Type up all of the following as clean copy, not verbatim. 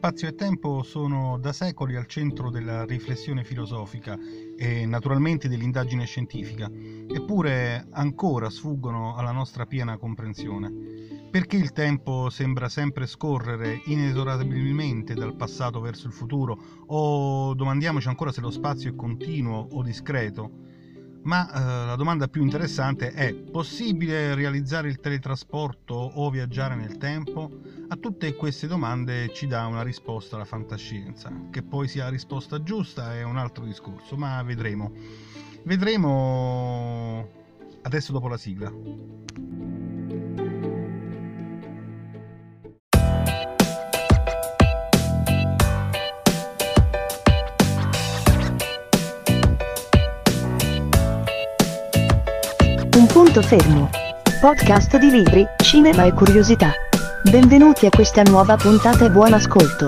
Spazio e tempo sono da secoli al centro della riflessione filosofica e naturalmente dell'indagine scientifica, eppure ancora sfuggono alla nostra piena comprensione. Perché il tempo sembra sempre scorrere inesorabilmente dal passato verso il futuro, o domandiamoci ancora se lo spazio è continuo o discreto? Ma la domanda più interessante è: possibile realizzare il teletrasporto o viaggiare nel tempo? A tutte queste domande ci dà una risposta la fantascienza. Che poi sia la risposta giusta è un altro discorso, ma vedremo. Vedremo adesso dopo la sigla. Un punto fermo. Podcast di libri, cinema e curiosità. Benvenuti a questa nuova puntata e buon ascolto.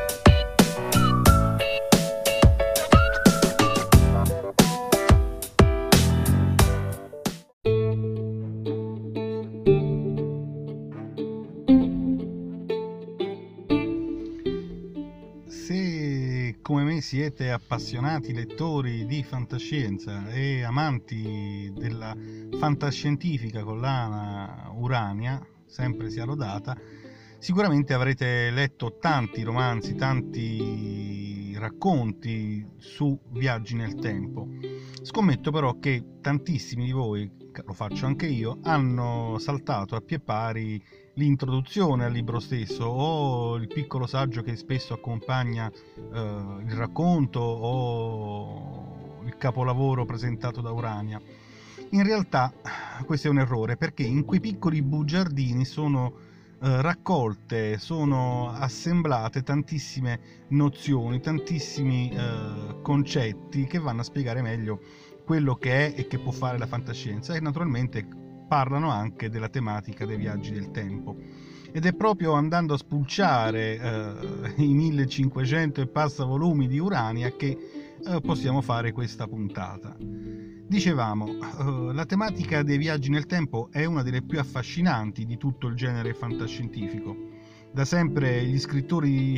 Se come me siete appassionati lettori di fantascienza e amanti della fantascientifica collana Urania, sempre sia lodata, sicuramente avrete letto tanti romanzi, tanti racconti su viaggi nel tempo. Scommetto però che tantissimi di voi, lo faccio anche io, hanno saltato a pie pari l'introduzione al libro stesso o il piccolo saggio che spesso accompagna il racconto o il capolavoro presentato da Urania. In realtà questo è un errore, perché in quei piccoli bugiardini sono raccolte, sono assemblate tantissime nozioni, tantissimi concetti che vanno a spiegare meglio quello che è e che può fare la fantascienza, e naturalmente parlano anche della tematica dei viaggi del tempo. Ed è proprio andando a spulciare i 1500 e passa volumi di Urania che possiamo fare questa puntata. Dicevamo, la tematica dei viaggi nel tempo è una delle più affascinanti di tutto il genere fantascientifico. Da sempre gli scrittori di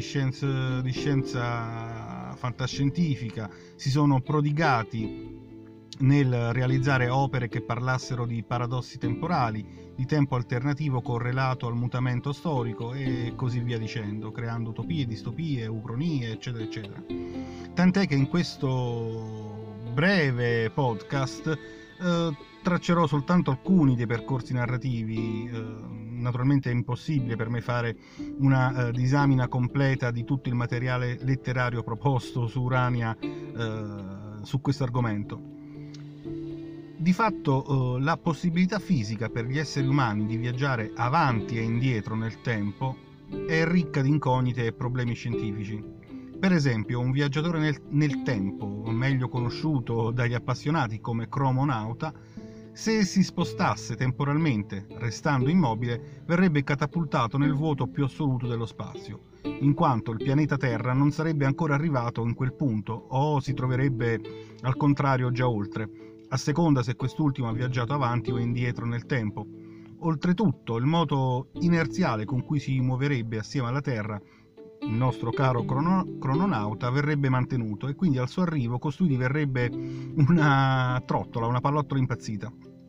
scienza fantascientifica si sono prodigati nel realizzare opere che parlassero di paradossi temporali, di tempo alternativo correlato al mutamento storico e così via dicendo, creando utopie, distopie, ucronie, eccetera, eccetera. Tant'è che in questo breve podcast traccerò soltanto alcuni dei percorsi narrativi. Naturalmente è impossibile per me fare una disamina completa di tutto il materiale letterario proposto su Urania su questo argomento. Di fatto la possibilità fisica per gli esseri umani di viaggiare avanti e indietro nel tempo è ricca di incognite e problemi scientifici. Per esempio, un viaggiatore nel tempo, meglio conosciuto dagli appassionati come cromonauta, se si spostasse temporalmente, restando immobile, verrebbe catapultato nel vuoto più assoluto dello spazio, in quanto il pianeta Terra non sarebbe ancora arrivato in quel punto o si troverebbe al contrario già oltre, a seconda se quest'ultimo ha viaggiato avanti o indietro nel tempo. Oltretutto, il moto inerziale con cui si muoverebbe assieme alla Terra il nostro caro crononauta verrebbe mantenuto, e quindi al suo arrivo costui diverrebbe una trottola, una pallottola impazzita.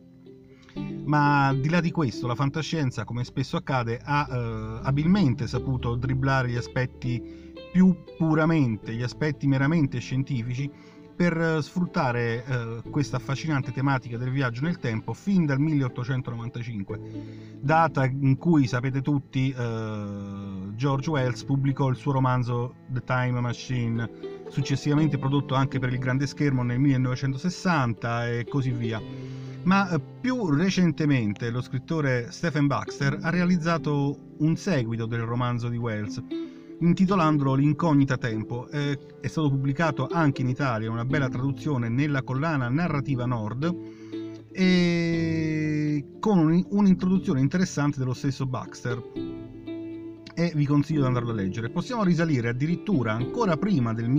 Ma di là di questo, la fantascienza, come spesso accade, ha abilmente saputo dribblare gli aspetti più puramente, gli aspetti meramente scientifici, per sfruttare questa affascinante tematica del viaggio nel tempo fin dal 1895, data in cui, sapete tutti, George Wells pubblicò il suo romanzo The Time Machine, successivamente prodotto anche per il grande schermo nel 1960 e così via. Ma più recentemente lo scrittore Stephen Baxter ha realizzato un seguito del romanzo di Wells, intitolandolo L'incognita tempo. È stato pubblicato anche in Italia, una bella traduzione nella collana Narrativa Nord, e con un'introduzione interessante dello stesso Baxter, e vi consiglio di andarlo a leggere. Possiamo risalire addirittura ancora prima del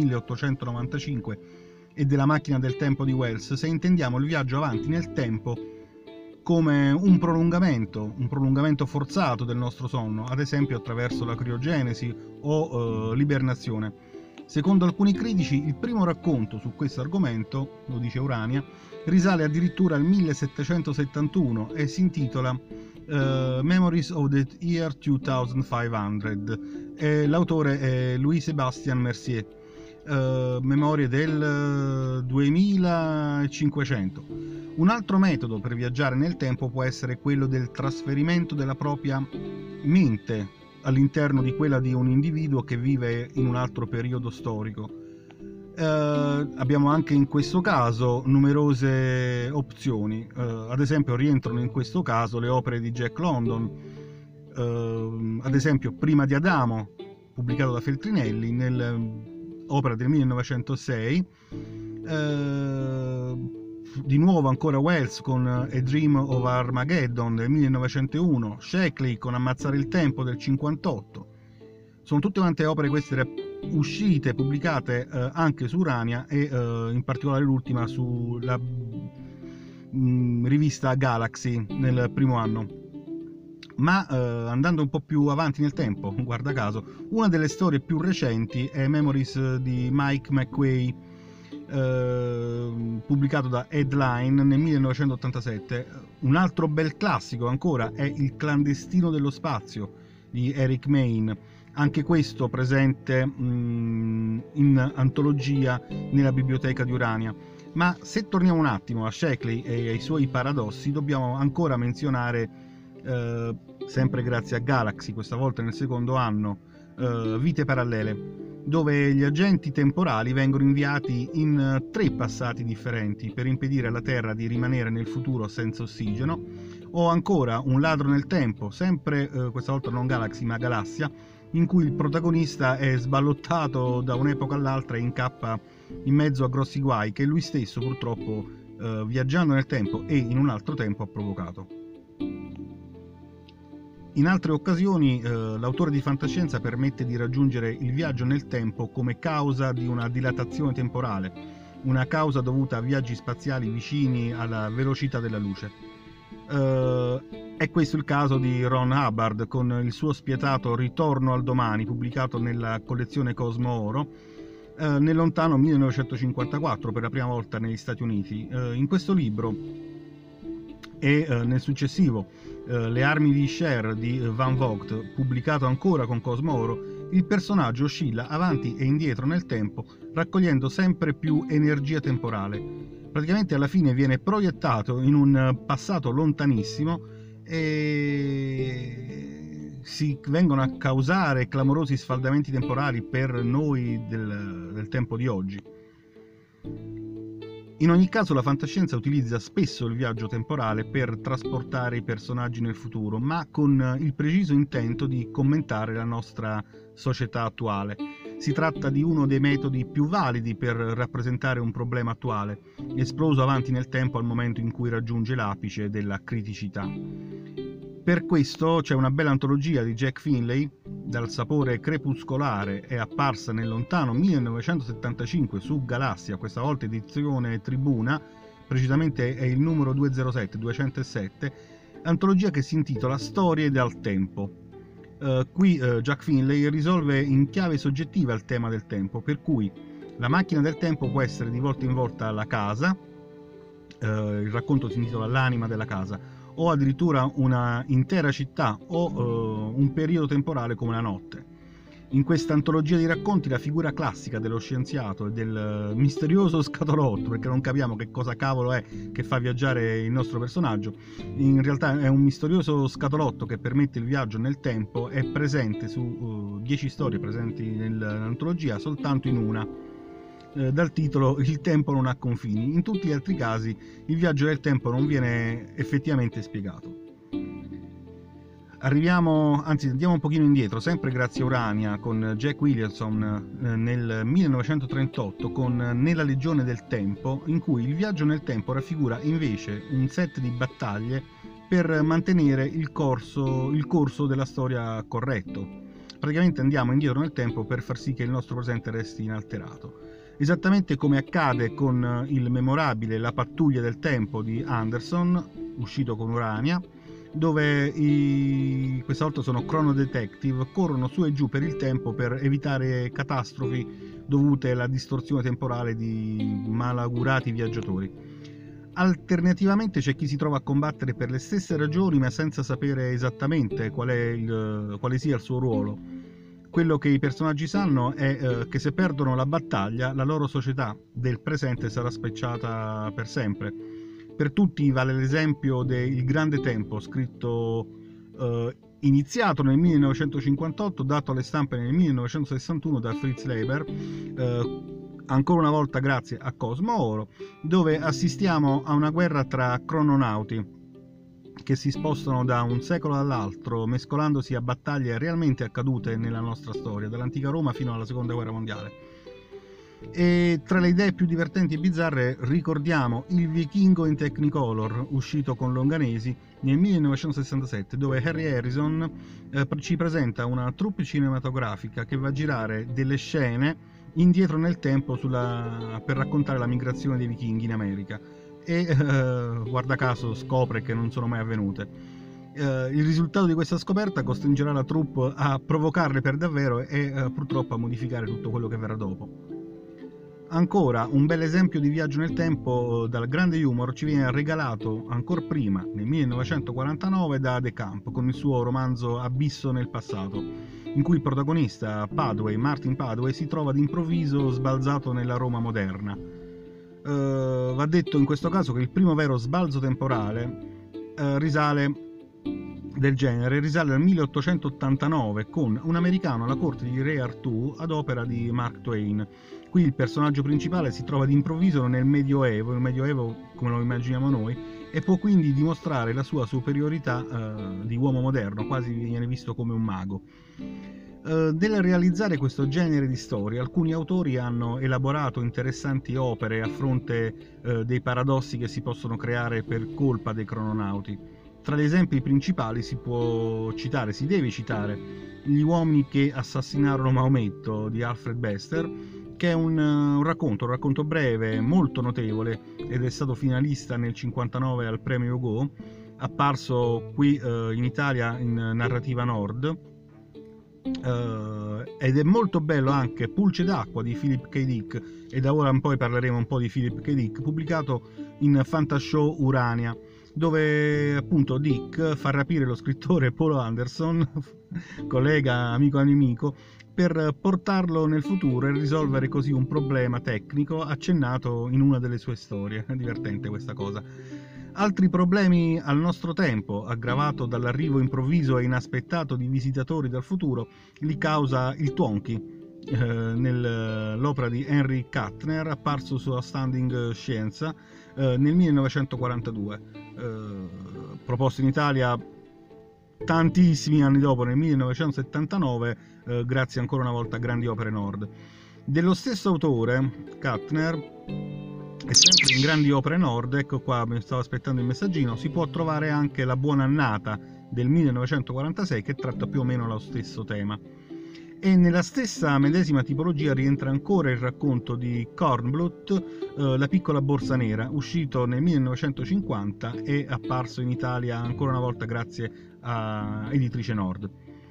1895 e della macchina del tempo di Wells, se intendiamo il viaggio avanti nel tempo come un prolungamento forzato del nostro sonno, ad esempio attraverso la criogenesi o l'ibernazione. Secondo alcuni critici, il primo racconto su questo argomento, lo dice Urania, risale addirittura al 1771 e si intitola Memories of the Year 2500. L'autore è Louis-Sébastien Mercier. Memorie del 2500. Un altro metodo per viaggiare nel tempo può essere quello del trasferimento della propria mente all'interno di quella di un individuo che vive in un altro periodo storico. Abbiamo anche in questo caso numerose opzioni, ad esempio rientrano in questo caso le opere di Jack London, ad esempio Prima di Adamo, pubblicato da Feltrinelli, opera del 1906, di nuovo ancora Wells con A Dream of Armageddon del 1901, Sheckley con Ammazzare il tempo del 58. Sono tutte quante opere queste uscite, pubblicate anche su Urania e in particolare l'ultima sulla rivista Galaxy nel primo anno. Ma andando un po' più avanti nel tempo, guarda caso, una delle storie più recenti è Memories di Mike McQuay, pubblicato da Headline nel 1987. Un altro bel classico ancora è Il clandestino dello spazio di Eric Main, anche questo presente in antologia nella biblioteca di Urania. Ma se torniamo un attimo a Sheckley e ai suoi paradossi, dobbiamo ancora menzionare sempre grazie a Galaxy, questa volta nel secondo anno, Vite parallele, dove gli agenti temporali vengono inviati in 3 passati differenti per impedire alla Terra di rimanere nel futuro senza ossigeno, o ancora Un ladro nel tempo, sempre questa volta non Galaxy ma Galassia, in cui il protagonista è sballottato da un'epoca all'altra e incappa in mezzo a grossi guai che lui stesso purtroppo viaggiando nel tempo e in un altro tempo ha provocato. In altre occasioni l'autore di fantascienza permette di raggiungere il viaggio nel tempo come causa di una dilatazione temporale, una causa dovuta a viaggi spaziali vicini alla velocità della luce. È questo il caso di Ron Hubbard con il suo spietato Ritorno al domani, pubblicato nella collezione Cosmo Oro nel lontano 1954 per la prima volta negli Stati Uniti. In questo libro e nel successivo Le armi di Cher di Van Vogt, pubblicato ancora con Cosmo Oro, il personaggio oscilla avanti e indietro nel tempo, raccogliendo sempre più energia temporale. Praticamente alla fine viene proiettato in un passato lontanissimo e si vengono a causare clamorosi sfaldamenti temporali per noi del tempo di oggi. In ogni caso la fantascienza utilizza spesso il viaggio temporale per trasportare i personaggi nel futuro, ma con il preciso intento di commentare la nostra società attuale. Si tratta di uno dei metodi più validi per rappresentare un problema attuale, esploso avanti nel tempo al momento in cui raggiunge l'apice della criticità. Per questo c'è una bella antologia di Jack Finlay, dal sapore crepuscolare, è apparsa nel lontano 1975 su Galassia, questa volta edizione Tribuna, precisamente è il numero 207, antologia che si intitola Storie dal tempo. Qui Jack Finlay risolve in chiave soggettiva il tema del tempo, per cui la macchina del tempo può essere di volta in volta la casa, il racconto si intitola L'anima della casa, o addirittura una intera città o un periodo temporale come la notte. In questa antologia di racconti la figura classica dello scienziato e del misterioso scatolotto, perché non capiamo che cosa cavolo è che fa viaggiare il nostro personaggio, in realtà è un misterioso scatolotto che permette il viaggio nel tempo, è presente su 10 storie presenti nell'antologia, soltanto in una, dal titolo Il tempo non ha confini. In tutti gli altri casi il viaggio del tempo non viene effettivamente spiegato. Andiamo un pochino indietro, sempre grazie a Urania, con Jack Williamson nel 1938 con Nella Legione del Tempo, in cui il viaggio nel tempo raffigura invece un set di battaglie per mantenere il corso della storia corretto. Praticamente andiamo indietro nel tempo per far sì che il nostro presente resti inalterato. Esattamente come accade con il memorabile La pattuglia del tempo di Anderson, uscito con Urania, dove questa volta sono Chrono Detective, corrono su e giù per il tempo per evitare catastrofi dovute alla distorsione temporale di malaugurati viaggiatori. Alternativamente c'è chi si trova a combattere per le stesse ragioni ma senza sapere esattamente quale sia il suo ruolo. Quello che i personaggi sanno è che se perdono la battaglia la loro società del presente sarà spacciata per sempre. Per tutti vale l'esempio del Grande Tempo, scritto iniziato nel 1958, dato alle stampe nel 1961 da Fritz Leiber, ancora una volta grazie a Cosmo Oro, dove assistiamo a una guerra tra crononauti che si spostano da un secolo all'altro, mescolandosi a battaglie realmente accadute nella nostra storia, dall'antica Roma fino alla Seconda Guerra Mondiale. E tra le idee più divertenti e bizzarre ricordiamo Il Vichingo in Technicolor, uscito con Longanesi nel 1967, dove Harry Harrison ci presenta una troupe cinematografica che va a girare delle scene indietro nel tempo per raccontare la migrazione dei vichinghi in America, e guarda caso scopre che non sono mai avvenute. Il risultato di questa scoperta costringerà la troupe a provocarle per davvero e purtroppo a modificare tutto quello che verrà dopo. Ancora un bel esempio di viaggio nel tempo dal grande humor ci viene regalato ancora prima, nel 1949, da De Camp con il suo romanzo Abisso nel passato, in cui il protagonista Martin Padway, si trova d'improvviso sbalzato nella Roma moderna. Va detto in questo caso che il primo vero sbalzo temporale del genere risale al 1889 con Un americano alla corte di Re Artù ad opera di Mark Twain. Qui il personaggio principale si trova d'improvviso nel Medioevo, il Medioevo come lo immaginiamo noi, e può quindi dimostrare la sua superiorità di uomo moderno, quasi viene visto come un mago. Nel realizzare questo genere di storie, alcuni autori hanno elaborato interessanti opere a fronte dei paradossi che si possono creare per colpa dei crononauti. Tra gli esempi principali si deve citare Gli uomini che assassinarono Maometto di Alfred Bester, che è un racconto breve, molto notevole, ed è stato finalista nel 1959 al premio Hugo, apparso qui in Italia in Narrativa Nord, ed è molto bello anche Pulce d'acqua di Philip K. Dick, e da ora in poi parleremo un po' di Philip K. Dick, pubblicato in Fantashow Urania, dove appunto Dick fa rapire lo scrittore Paul Anderson, collega, amico nemico, per portarlo nel futuro e risolvere così un problema tecnico accennato in una delle sue storie. È divertente questa cosa. Altri problemi al nostro tempo, aggravato dall'arrivo improvviso e inaspettato di visitatori dal futuro, li causa il Twonky, nell'opera di Henry Kuttner, apparso su Astounding Scienza nel 1942, proposto in Italia tantissimi anni dopo, nel 1979, grazie ancora una volta a Grandi Opere Nord. Dello stesso autore, Kuttner, e sempre in Grandi Opere Nord, ecco qua, mi stavo aspettando il messaggino, si può trovare anche La Buona Annata del 1946, che tratta più o meno lo stesso tema. E nella stessa medesima tipologia rientra ancora il racconto di Kornbluth, La piccola borsa nera, uscito nel 1950 e apparso in Italia ancora una volta grazie a Editrice Nord.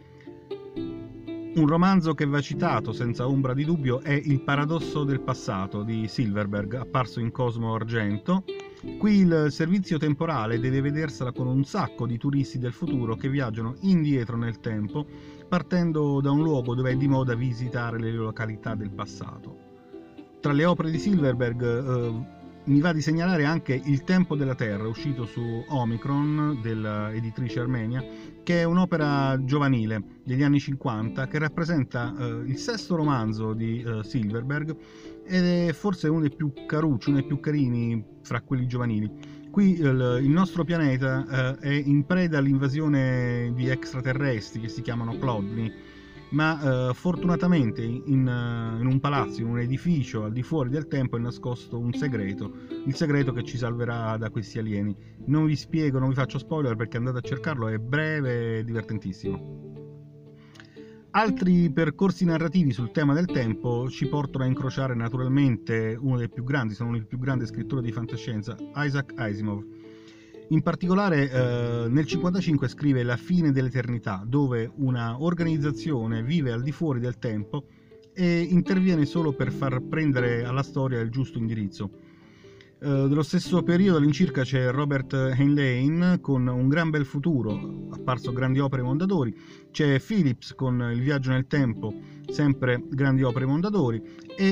Un romanzo che va citato senza ombra di dubbio è Il paradosso del passato di Silverberg, apparso in Cosmo Argento. Qui il servizio temporale deve vedersela con un sacco di turisti del futuro che viaggiano indietro nel tempo, partendo da un luogo dove è di moda visitare le località del passato. Tra le opere di Silverberg mi va di segnalare anche Il tempo della Terra, uscito su Omicron dell'editrice Armenia, che è un'opera giovanile degli anni 50 che rappresenta il sesto romanzo di Silverberg ed è forse uno dei più carucci, uno dei più carini fra quelli giovanili. Qui il nostro pianeta è in preda all'invasione di extraterrestri che si chiamano Clodni, ma fortunatamente in un palazzo, in un edificio al di fuori del tempo è nascosto un segreto, il segreto che ci salverà da questi alieni. Non vi spiego, non vi faccio spoiler perché andate a cercarlo, è breve e divertentissimo. Altri percorsi narrativi sul tema del tempo ci portano a incrociare naturalmente uno dei più grandi, se non il più grande scrittore di fantascienza, Isaac Asimov. In particolare nel 1955 scrive La fine dell'eternità, dove una organizzazione vive al di fuori del tempo e interviene solo per far prendere alla storia il giusto indirizzo. Dello stesso periodo all'incirca c'è Robert Heinlein con Un gran bel futuro, apparso grandi opere Mondadori, c'è Phillips con Il viaggio nel tempo, sempre grandi opere Mondadori, e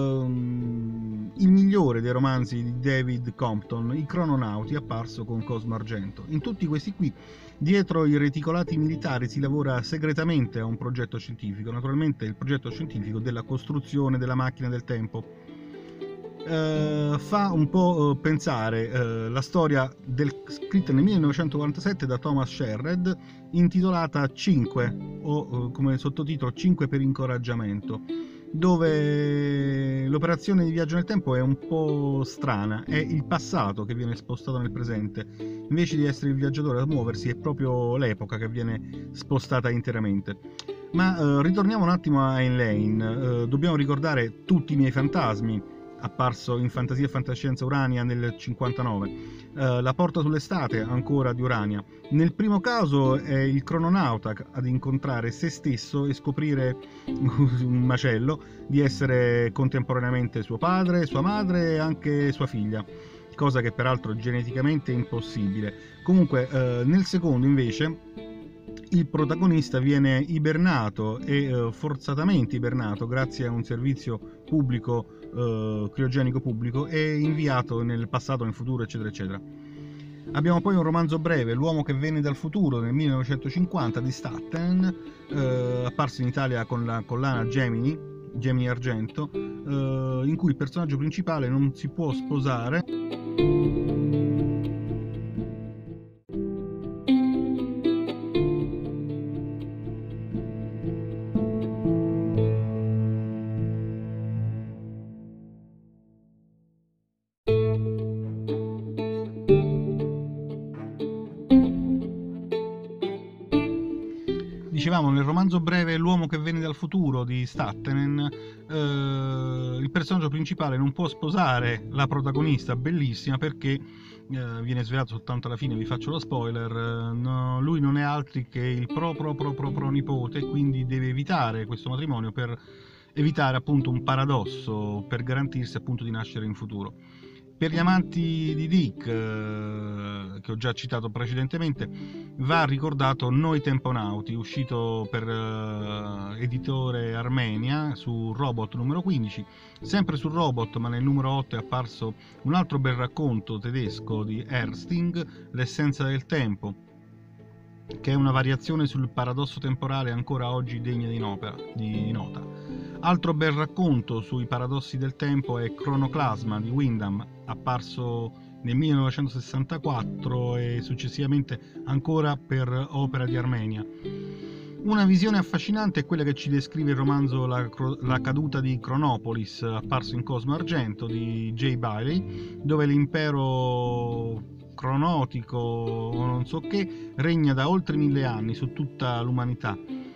il migliore dei romanzi di David Compton, I crononauti, apparso con Cosmo Argento. In tutti questi qui, dietro i reticolati militari si lavora segretamente a un progetto scientifico, naturalmente il progetto scientifico della costruzione della macchina del tempo. Fa un po' pensare la storia scritta nel 1947 da Thomas Sherrod, intitolata 5, o come sottotitolo 5 per incoraggiamento, dove l'operazione di viaggio nel tempo è un po' strana, è il passato che viene spostato nel presente, invece di essere il viaggiatore a muoversi è proprio l'epoca che viene spostata interamente. Ma ritorniamo un attimo a Heinlein, dobbiamo ricordare Tutti i miei fantasmi, apparso in Fantasia e Fantascienza Urania nel 59, La porta sull'estate, ancora di Urania. Nel primo caso è il crononauta ad incontrare se stesso e scoprire un macello di essere contemporaneamente suo padre, sua madre e anche sua figlia, cosa che peraltro geneticamente è impossibile. Comunque nel secondo invece il protagonista viene ibernato e forzatamente ibernato grazie a un servizio pubblico, criogenico pubblico, e inviato nel passato, nel futuro, eccetera eccetera. Abbiamo poi un romanzo breve, L'uomo che venne dal futuro, nel 1950 di Staten, apparso in Italia con la collana Gemini Argento, in cui il personaggio principale non si può sposare Dicevamo, nel romanzo breve L'uomo che venne dal futuro di Staten, il personaggio principale non può sposare la protagonista, bellissima, perché viene svelato soltanto alla fine, vi faccio lo spoiler, no, lui non è altri che il pro nipote, quindi deve evitare questo matrimonio per evitare appunto un paradosso, per garantirsi appunto di nascere in futuro. Per gli amanti di Dick, che ho già citato precedentemente, va ricordato Noi Temponauti, uscito per editore Armenia su Robot numero 15. Sempre su Robot, ma nel numero 8 è apparso un altro bel racconto tedesco di Ersting, L'essenza del tempo, che è una variazione sul paradosso temporale ancora oggi degna di nota. Altro bel racconto sui paradossi del tempo è Cronoclasma di Wyndham, apparso nel 1964 e successivamente ancora per opera di Armenia. Una visione affascinante è quella che ci descrive il romanzo La caduta di Chronopolis, apparso in Cosmo Argento di J. Bailey, dove l'impero cronotico o non so che regna da oltre 1000 anni su tutta l'umanità.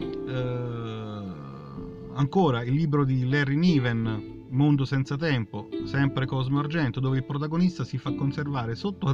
Ancora il libro di Larry Niven, Mondo senza tempo, sempre Cosmo Argento, dove il protagonista si fa conservare sotto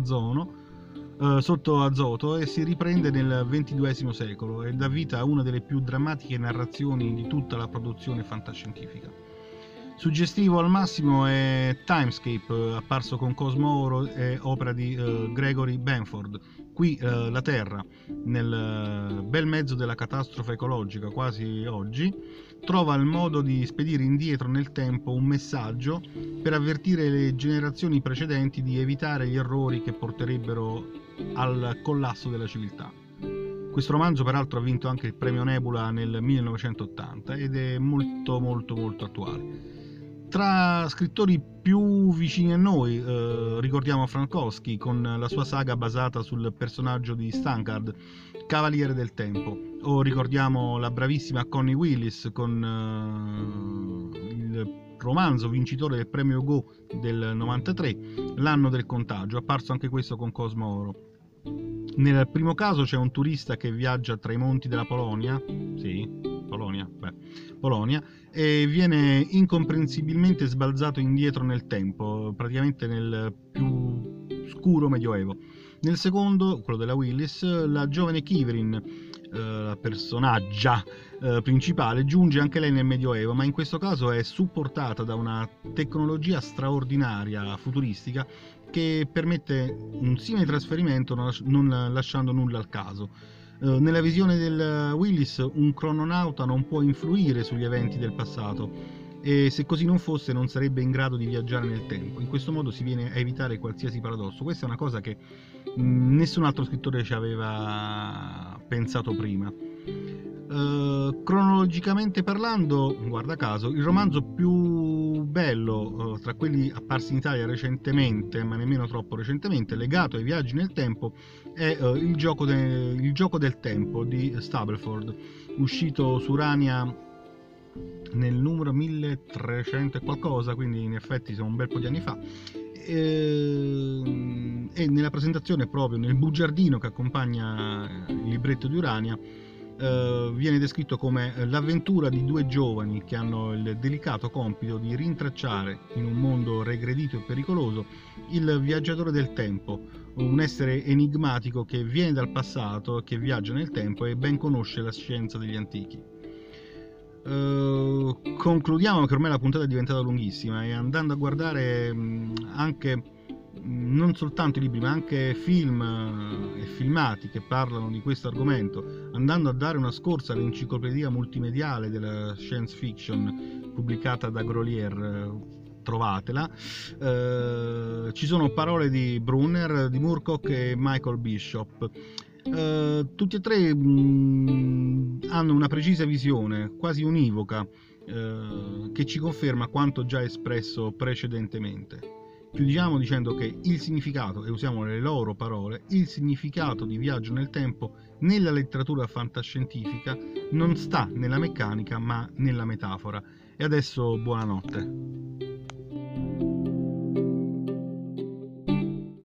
azoto e si riprende nel XXII secolo e dà vita a una delle più drammatiche narrazioni di tutta la produzione fantascientifica. Suggestivo al massimo è Timescape, apparso con Cosmo Oro e opera di Gregory Benford. Qui la Terra, nel bel mezzo della catastrofe ecologica quasi oggi, trova il modo di spedire indietro nel tempo un messaggio per avvertire le generazioni precedenti di evitare gli errori che porterebbero al collasso della civiltà. Questo romanzo peraltro ha vinto anche il premio Nebula nel 1980 ed è molto attuale. Tra scrittori più vicini a noi ricordiamo Frankowski con la sua saga basata sul personaggio di Stankard, Cavaliere del Tempo, o ricordiamo la bravissima Connie Willis con il romanzo vincitore del premio Go del 93, L'anno del contagio, apparso anche questo con Cosmo Oro. Nel primo caso c'è un turista che viaggia tra i monti della Polonia, e viene incomprensibilmente sbalzato indietro nel tempo, praticamente nel più scuro medioevo. Nel secondo, quello della Willis, la giovane Kivrin, la personaggia principale, giunge anche lei nel Medioevo, ma in questo caso è supportata da una tecnologia straordinaria, futuristica, che permette un simile trasferimento non lasciando nulla al caso. Nella visione del Willis, un crononauta non può influire sugli eventi del passato, e se così non fosse non sarebbe in grado di viaggiare nel tempo. In questo modo si viene a evitare qualsiasi paradosso. Questa è una cosa che nessun altro scrittore ci aveva pensato prima. Cronologicamente parlando, guarda caso, il romanzo più bello tra quelli apparsi in Italia recentemente, ma nemmeno troppo recentemente, legato ai viaggi nel tempo, è il gioco del tempo di Stableford, uscito su Urania nel numero 1300 e qualcosa, quindi in effetti sono un bel po' di anni fa, e nella presentazione, proprio nel bugiardino che accompagna il libretto di Urania, viene descritto come l'avventura di due giovani che hanno il delicato compito di rintracciare in un mondo regredito e pericoloso il viaggiatore del tempo, un essere enigmatico che viene dal passato, che viaggia nel tempo e ben conosce la scienza degli antichi. Concludiamo che ormai la puntata è diventata lunghissima, e andando a guardare anche non soltanto i libri ma anche film e filmati che parlano di questo argomento, andando a dare una scorsa all'enciclopedia multimediale della science fiction pubblicata da Grolier, trovatela, ci sono parole di Brunner, di Moorcock e Michael Bishop. Tutti e tre hanno una precisa visione, quasi univoca, che ci conferma quanto già espresso precedentemente. Chiudiamo dicendo che il significato, e usiamo le loro parole, il significato di viaggio nel tempo nella letteratura fantascientifica non sta nella meccanica ma nella metafora. E adesso buonanotte.